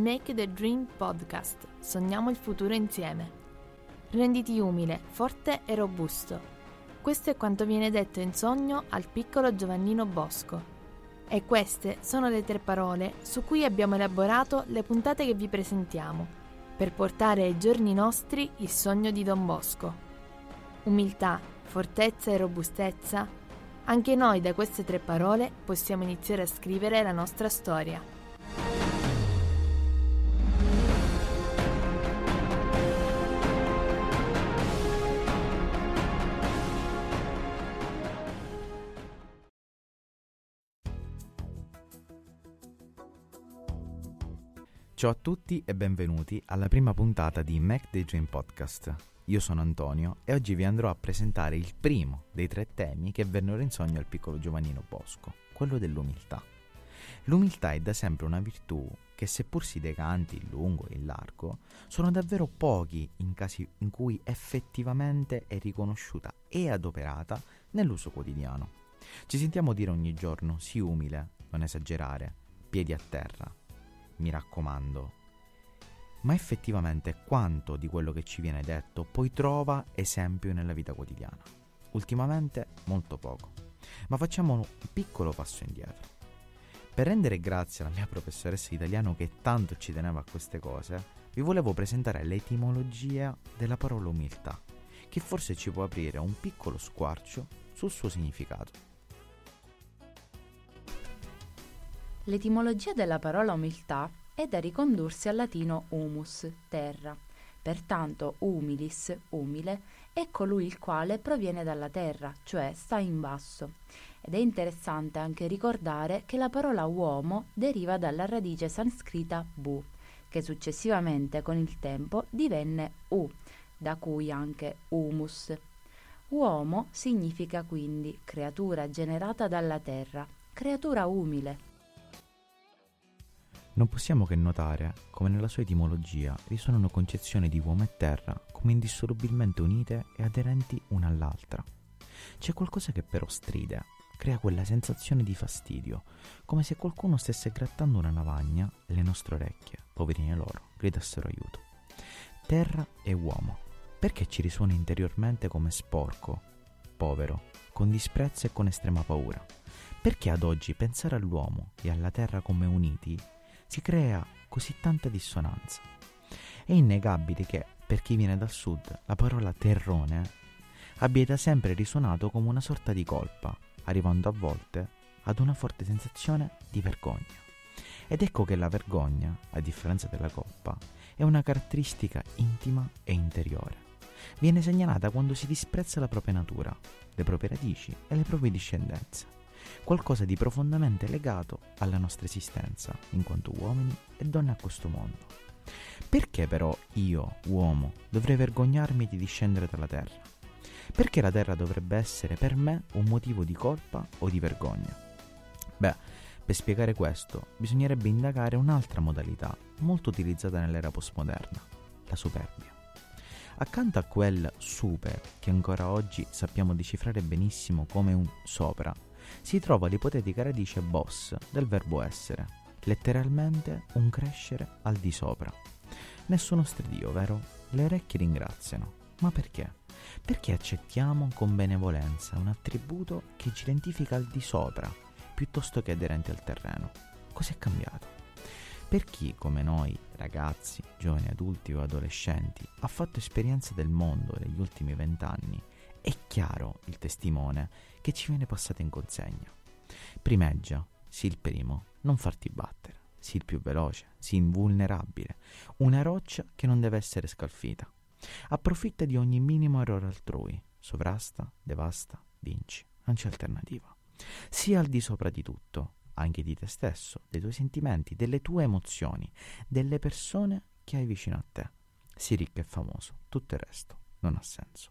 Make the Dream Podcast. Sogniamo il futuro insieme. Renditi umile, forte e robusto. Questo è quanto viene detto in sogno al piccolo Giovannino Bosco. E queste sono le 3 parole su cui abbiamo elaborato le puntate che vi presentiamo, per portare ai giorni nostri il sogno di Don Bosco. Umiltà, fortezza e robustezza. Anche noi da queste 3 parole possiamo iniziare a scrivere la nostra storia. Ciao a tutti e benvenuti alla prima puntata di Make the Dream Podcast. Io sono Antonio e oggi vi andrò a presentare il primo dei 3 temi che vennero in sogno al piccolo Giovannino Bosco, quello dell'umiltà. L'umiltà è da sempre una virtù che, seppur si decanti in lungo e in largo, sono davvero pochi in casi in cui effettivamente è riconosciuta e adoperata nell'uso quotidiano. Ci sentiamo dire ogni giorno: sii umile, non esagerare, piedi a terra. Mi raccomando, ma effettivamente quanto di quello che ci viene detto poi trova esempio nella vita quotidiana? Ultimamente molto poco, ma facciamo un piccolo passo indietro. Per rendere grazie alla mia professoressa di italiano che tanto ci teneva a queste cose, vi volevo presentare l'etimologia della parola umiltà, che forse ci può aprire un piccolo squarcio sul suo significato. L'etimologia della parola umiltà è da ricondursi al latino humus, terra. Pertanto humilis, umile, è colui il quale proviene dalla terra, cioè sta in basso. Ed è interessante anche ricordare che la parola uomo deriva dalla radice sanscrita bu, che successivamente con il tempo divenne u, da cui anche humus. Uomo significa quindi creatura generata dalla terra, creatura umile. Non possiamo che notare come nella sua etimologia risuonano concezioni di uomo e terra come indissolubilmente unite e aderenti una all'altra. C'è qualcosa che però stride, crea quella sensazione di fastidio, come se qualcuno stesse grattando una lavagna e le nostre orecchie, poverine loro, gridassero aiuto. Terra e uomo, perché ci risuona interiormente come sporco, povero, con disprezzo e con estrema paura? Perché ad oggi pensare all'uomo e alla terra come uniti si crea così tanta dissonanza? È innegabile che, per chi viene dal sud, la parola terrone abbia da sempre risuonato come una sorta di colpa, arrivando a volte ad una forte sensazione di vergogna. Ed ecco che la vergogna, a differenza della colpa, è una caratteristica intima e interiore. Viene segnalata quando si disprezza la propria natura, le proprie radici e le proprie discendenze. Qualcosa di profondamente legato alla nostra esistenza, in quanto uomini e donne a questo mondo. Perché però io, uomo, dovrei vergognarmi di discendere dalla terra? Perché la terra dovrebbe essere per me un motivo di colpa o di vergogna? Beh, per spiegare questo bisognerebbe indagare un'altra modalità molto utilizzata nell'era postmoderna, la superbia. Accanto a quel super che ancora oggi sappiamo decifrare benissimo come un sopra, si trova l'ipotetica radice bos del verbo essere, letteralmente un crescere al di sopra. Nessuno stridio, vero? Le orecchie ringraziano. Ma perché? Perché accettiamo con benevolenza un attributo che ci identifica al di sopra, piuttosto che aderenti al terreno. Cos'è cambiato? Per chi, come noi, ragazzi, giovani adulti o adolescenti, ha fatto esperienza del mondo negli ultimi 20 anni, è chiaro il testimone che ci viene passato in consegna. Primeggia, sii il primo, non farti battere, sii il più veloce, sii invulnerabile, una roccia che non deve essere scalfita. Approfitta di ogni minimo errore altrui, sovrasta, devasta, vinci, non c'è alternativa. Sii al di sopra di tutto, anche di te stesso, dei tuoi sentimenti, delle tue emozioni, delle persone che hai vicino a te. Sii ricco e famoso, tutto il resto non ha senso.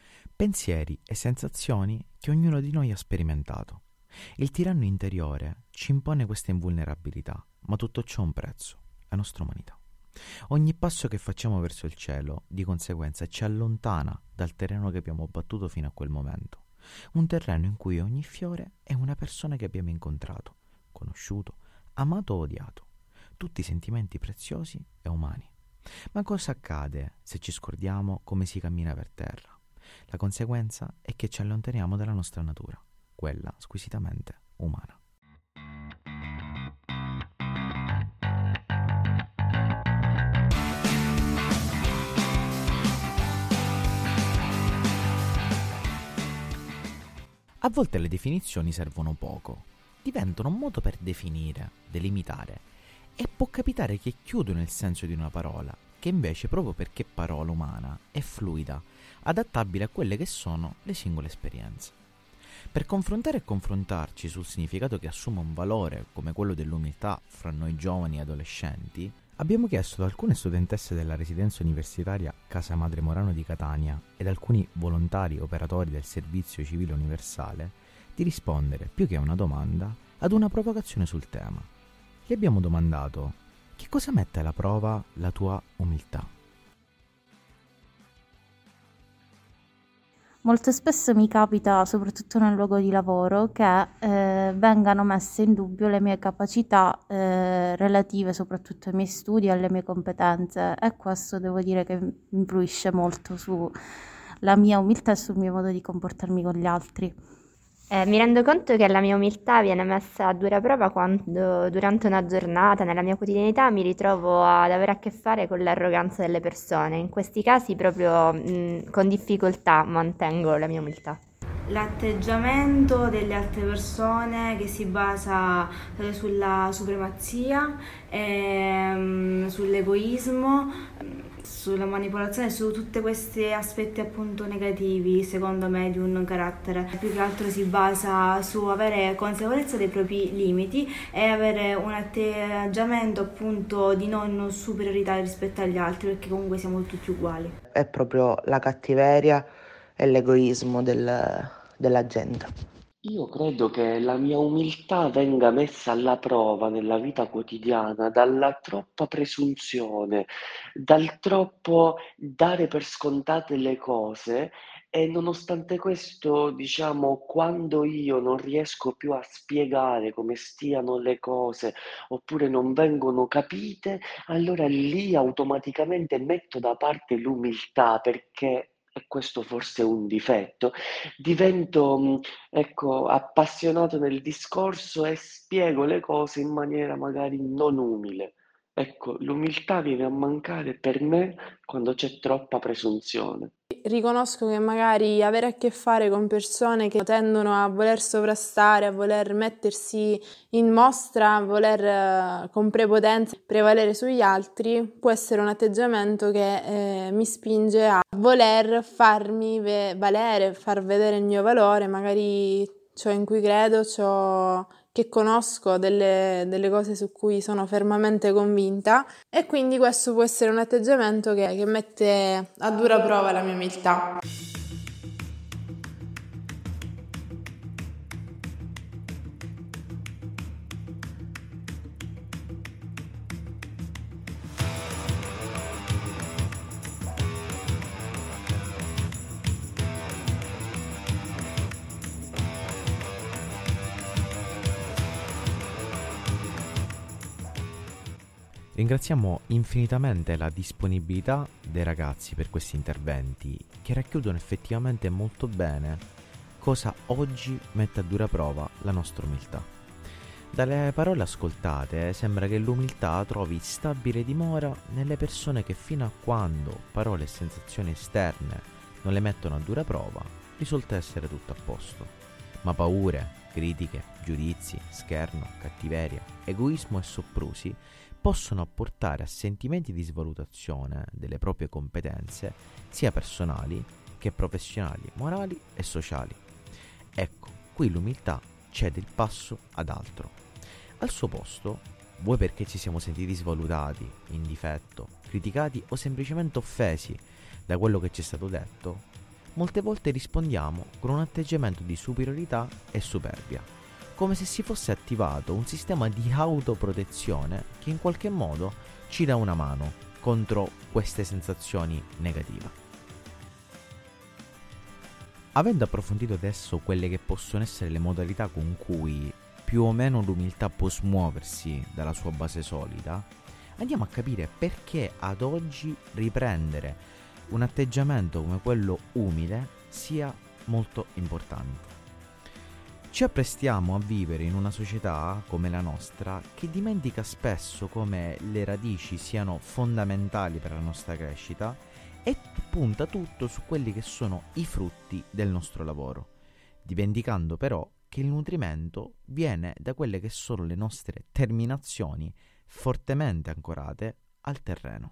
Pensieri e sensazioni che ognuno di noi ha sperimentato. Il tiranno interiore ci impone questa invulnerabilità, ma tutto ciò ha un prezzo, la nostra umanità. Ogni passo che facciamo verso il cielo, di conseguenza, ci allontana dal terreno che abbiamo battuto fino a quel momento. Un terreno in cui ogni fiore è una persona che abbiamo incontrato, conosciuto, amato o odiato. tutti sentimenti preziosi e umani. Ma cosa accade se ci scordiamo come si cammina per terra? La conseguenza è che ci allontaniamo dalla nostra natura, quella squisitamente umana. A volte le definizioni servono poco, diventano un modo per definire, delimitare, e può capitare che chiudono il senso di una parola, che invece, proprio perché parola umana, è fluida, adattabile a quelle che sono le singole esperienze. Per confrontare e confrontarci sul significato che assume un valore come quello dell'umiltà fra noi giovani e adolescenti, abbiamo chiesto ad alcune studentesse della residenza universitaria Casa Madre Morano di Catania ed alcuni volontari operatori del Servizio Civile Universale di rispondere, più che a una domanda, ad una provocazione sul tema. Gli abbiamo domandato: che cosa mette alla prova la tua umiltà? Molto spesso mi capita, soprattutto nel luogo di lavoro, che vengano messe in dubbio le mie capacità relative soprattutto ai miei studi e alle mie competenze, e questo devo dire che influisce molto sulla mia umiltà e sul mio modo di comportarmi con gli altri. Mi rendo conto che la mia umiltà viene messa a dura prova quando durante una giornata, nella mia quotidianità, mi ritrovo ad avere a che fare con l'arroganza delle persone. In questi casi proprio con difficoltà mantengo la mia umiltà. L'atteggiamento delle altre persone che si basa sulla supremazia, sull'egoismo, sulla manipolazione, su tutti questi aspetti appunto negativi, secondo me, di un carattere. Più che altro si basa su avere consapevolezza dei propri limiti e avere un atteggiamento appunto di non superiorità rispetto agli altri, perché comunque siamo tutti uguali. È proprio la cattiveria e l'egoismo della gente. Io credo che la mia umiltà venga messa alla prova nella vita quotidiana dalla troppa presunzione, dal troppo dare per scontate le cose, e nonostante questo, diciamo, quando io non riesco più a spiegare come stiano le cose oppure non vengono capite, allora lì automaticamente metto da parte l'umiltà, perché, e questo forse è un difetto, divento appassionato nel discorso e spiego le cose in maniera magari non umile. Ecco, l'umiltà viene a mancare per me quando c'è troppa presunzione. Riconosco che magari avere a che fare con persone che tendono a voler sovrastare, a voler mettersi in mostra, a voler con prepotenza prevalere sugli altri, può essere un atteggiamento che mi spinge a voler farmi valere, far vedere il mio valore, magari ciò in cui credo, ciò che conosco, delle cose su cui sono fermamente convinta, e quindi questo può essere un atteggiamento che mette a dura prova la mia umiltà. Ringraziamo infinitamente la disponibilità dei ragazzi per questi interventi, che racchiudono effettivamente molto bene cosa oggi mette a dura prova la nostra umiltà. Dalle parole ascoltate sembra che l'umiltà trovi stabile dimora nelle persone che, fino a quando parole e sensazioni esterne non le mettono a dura prova, risulta essere tutto a posto. Ma paure, critiche, giudizi, scherno, cattiveria, egoismo e soprusi possono portare a sentimenti di svalutazione delle proprie competenze, sia personali che professionali, morali e sociali. Ecco, qui l'umiltà cede il passo ad altro. Al suo posto, vuoi perché ci siamo sentiti svalutati, in difetto, criticati o semplicemente offesi da quello che ci è stato detto, molte volte rispondiamo con un atteggiamento di superiorità e superbia, come se si fosse attivato un sistema di autoprotezione che in qualche modo ci dà una mano contro queste sensazioni negative. Avendo approfondito adesso quelle che possono essere le modalità con cui più o meno l'umiltà può smuoversi dalla sua base solida, andiamo a capire perché ad oggi riprendere un atteggiamento come quello umile sia molto importante. Ci apprestiamo a vivere in una società come la nostra che dimentica spesso come le radici siano fondamentali per la nostra crescita e punta tutto su quelli che sono i frutti del nostro lavoro, dimenticando però che il nutrimento viene da quelle che sono le nostre terminazioni fortemente ancorate al terreno.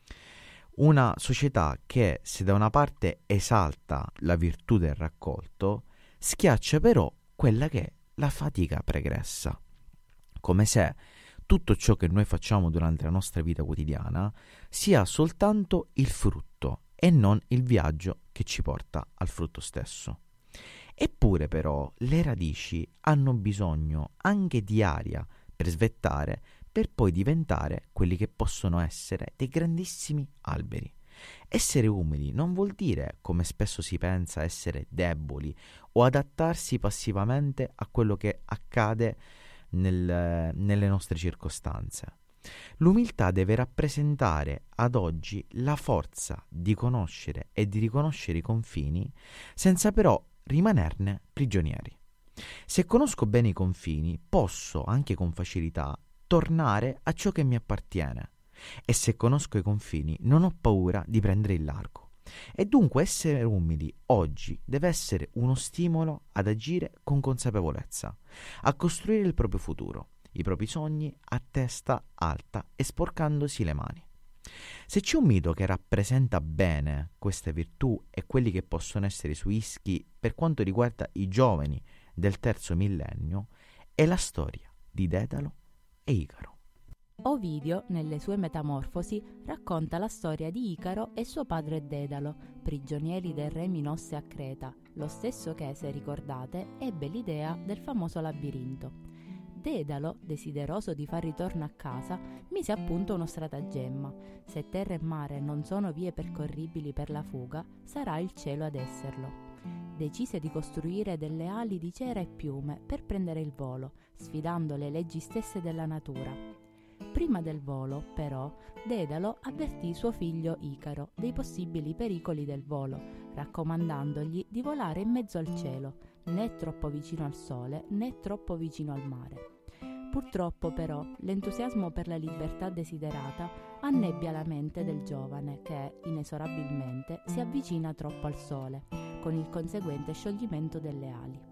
Una società che, se da una parte esalta la virtù del raccolto, schiaccia però quella che è la fatica pregressa, come se tutto ciò che noi facciamo durante la nostra vita quotidiana sia soltanto il frutto e non il viaggio che ci porta al frutto stesso. Eppure però le radici hanno bisogno anche di aria per svettare, per poi diventare quelli che possono essere dei grandissimi alberi. Essere umili non vuol dire, come spesso si pensa, essere deboli o adattarsi passivamente a quello che accade nelle nostre circostanze. L'umiltà deve rappresentare ad oggi la forza di conoscere e di riconoscere i confini senza però rimanerne prigionieri. Se conosco bene i confini, posso anche con facilità tornare a ciò che mi appartiene. E se conosco i confini, non ho paura di prendere il largo. E dunque essere umili oggi deve essere uno stimolo ad agire con consapevolezza, a costruire il proprio futuro, i propri sogni a testa alta e sporcandosi le mani. Se c'è un mito che rappresenta bene queste virtù e quelli che possono essere i suoi rischi per quanto riguarda i giovani del terzo millennio, è la storia di Dedalo e Icaro. Ovidio, nelle sue Metamorfosi, racconta la storia di Icaro e suo padre Dedalo, prigionieri del re Minosse a Creta, lo stesso che, se ricordate, ebbe l'idea del famoso labirinto. Dedalo, desideroso di far ritorno a casa, mise a punto uno stratagemma. Se terra e mare non sono vie percorribili per la fuga, sarà il cielo ad esserlo. Decise di costruire delle ali di cera e piume per prendere il volo, sfidando le leggi stesse della natura. Prima del volo, però, Dedalo avvertì suo figlio Icaro dei possibili pericoli del volo, raccomandandogli di volare in mezzo al cielo, né troppo vicino al sole né troppo vicino al mare. Purtroppo, però, l'entusiasmo per la libertà desiderata annebbia la mente del giovane che, inesorabilmente, si avvicina troppo al sole, con il conseguente scioglimento delle ali.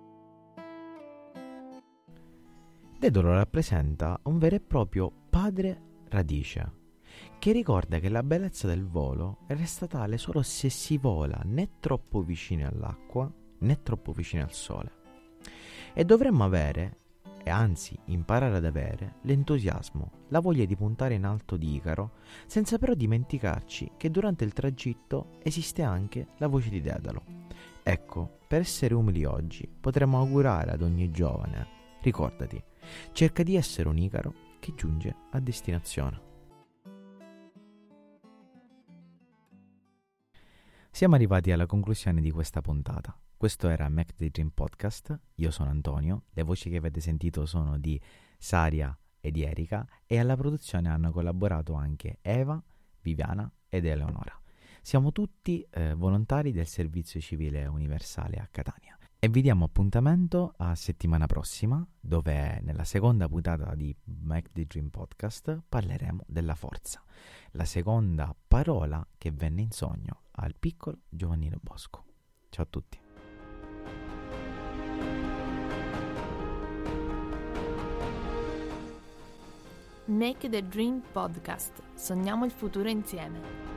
Dedalo rappresenta un vero e proprio padre radice, che ricorda che la bellezza del volo resta tale solo se si vola né troppo vicini all'acqua né troppo vicini al sole. E dovremmo avere, e anzi imparare ad avere, l'entusiasmo, la voglia di puntare in alto di Icaro, senza però dimenticarci che durante il tragitto esiste anche la voce di Dedalo. Ecco, per essere umili oggi potremmo augurare ad ogni giovane: ricordati, cerca di essere un Icaro che giunge a destinazione. Siamo arrivati alla conclusione di questa puntata. Questo era Make the Dream Podcast. Io sono Antonio, le voci che avete sentito sono di Saria e di Erika e alla produzione hanno collaborato anche Eva, Viviana ed Eleonora. Siamo tutti volontari del Servizio Civile Universale a Catania. E vi diamo appuntamento a settimana prossima, dove nella seconda puntata di Make the Dream Podcast parleremo della forza, la seconda parola che venne in sogno al piccolo Giovannino Bosco. Ciao a tutti. Make the Dream Podcast. Sogniamo il futuro insieme.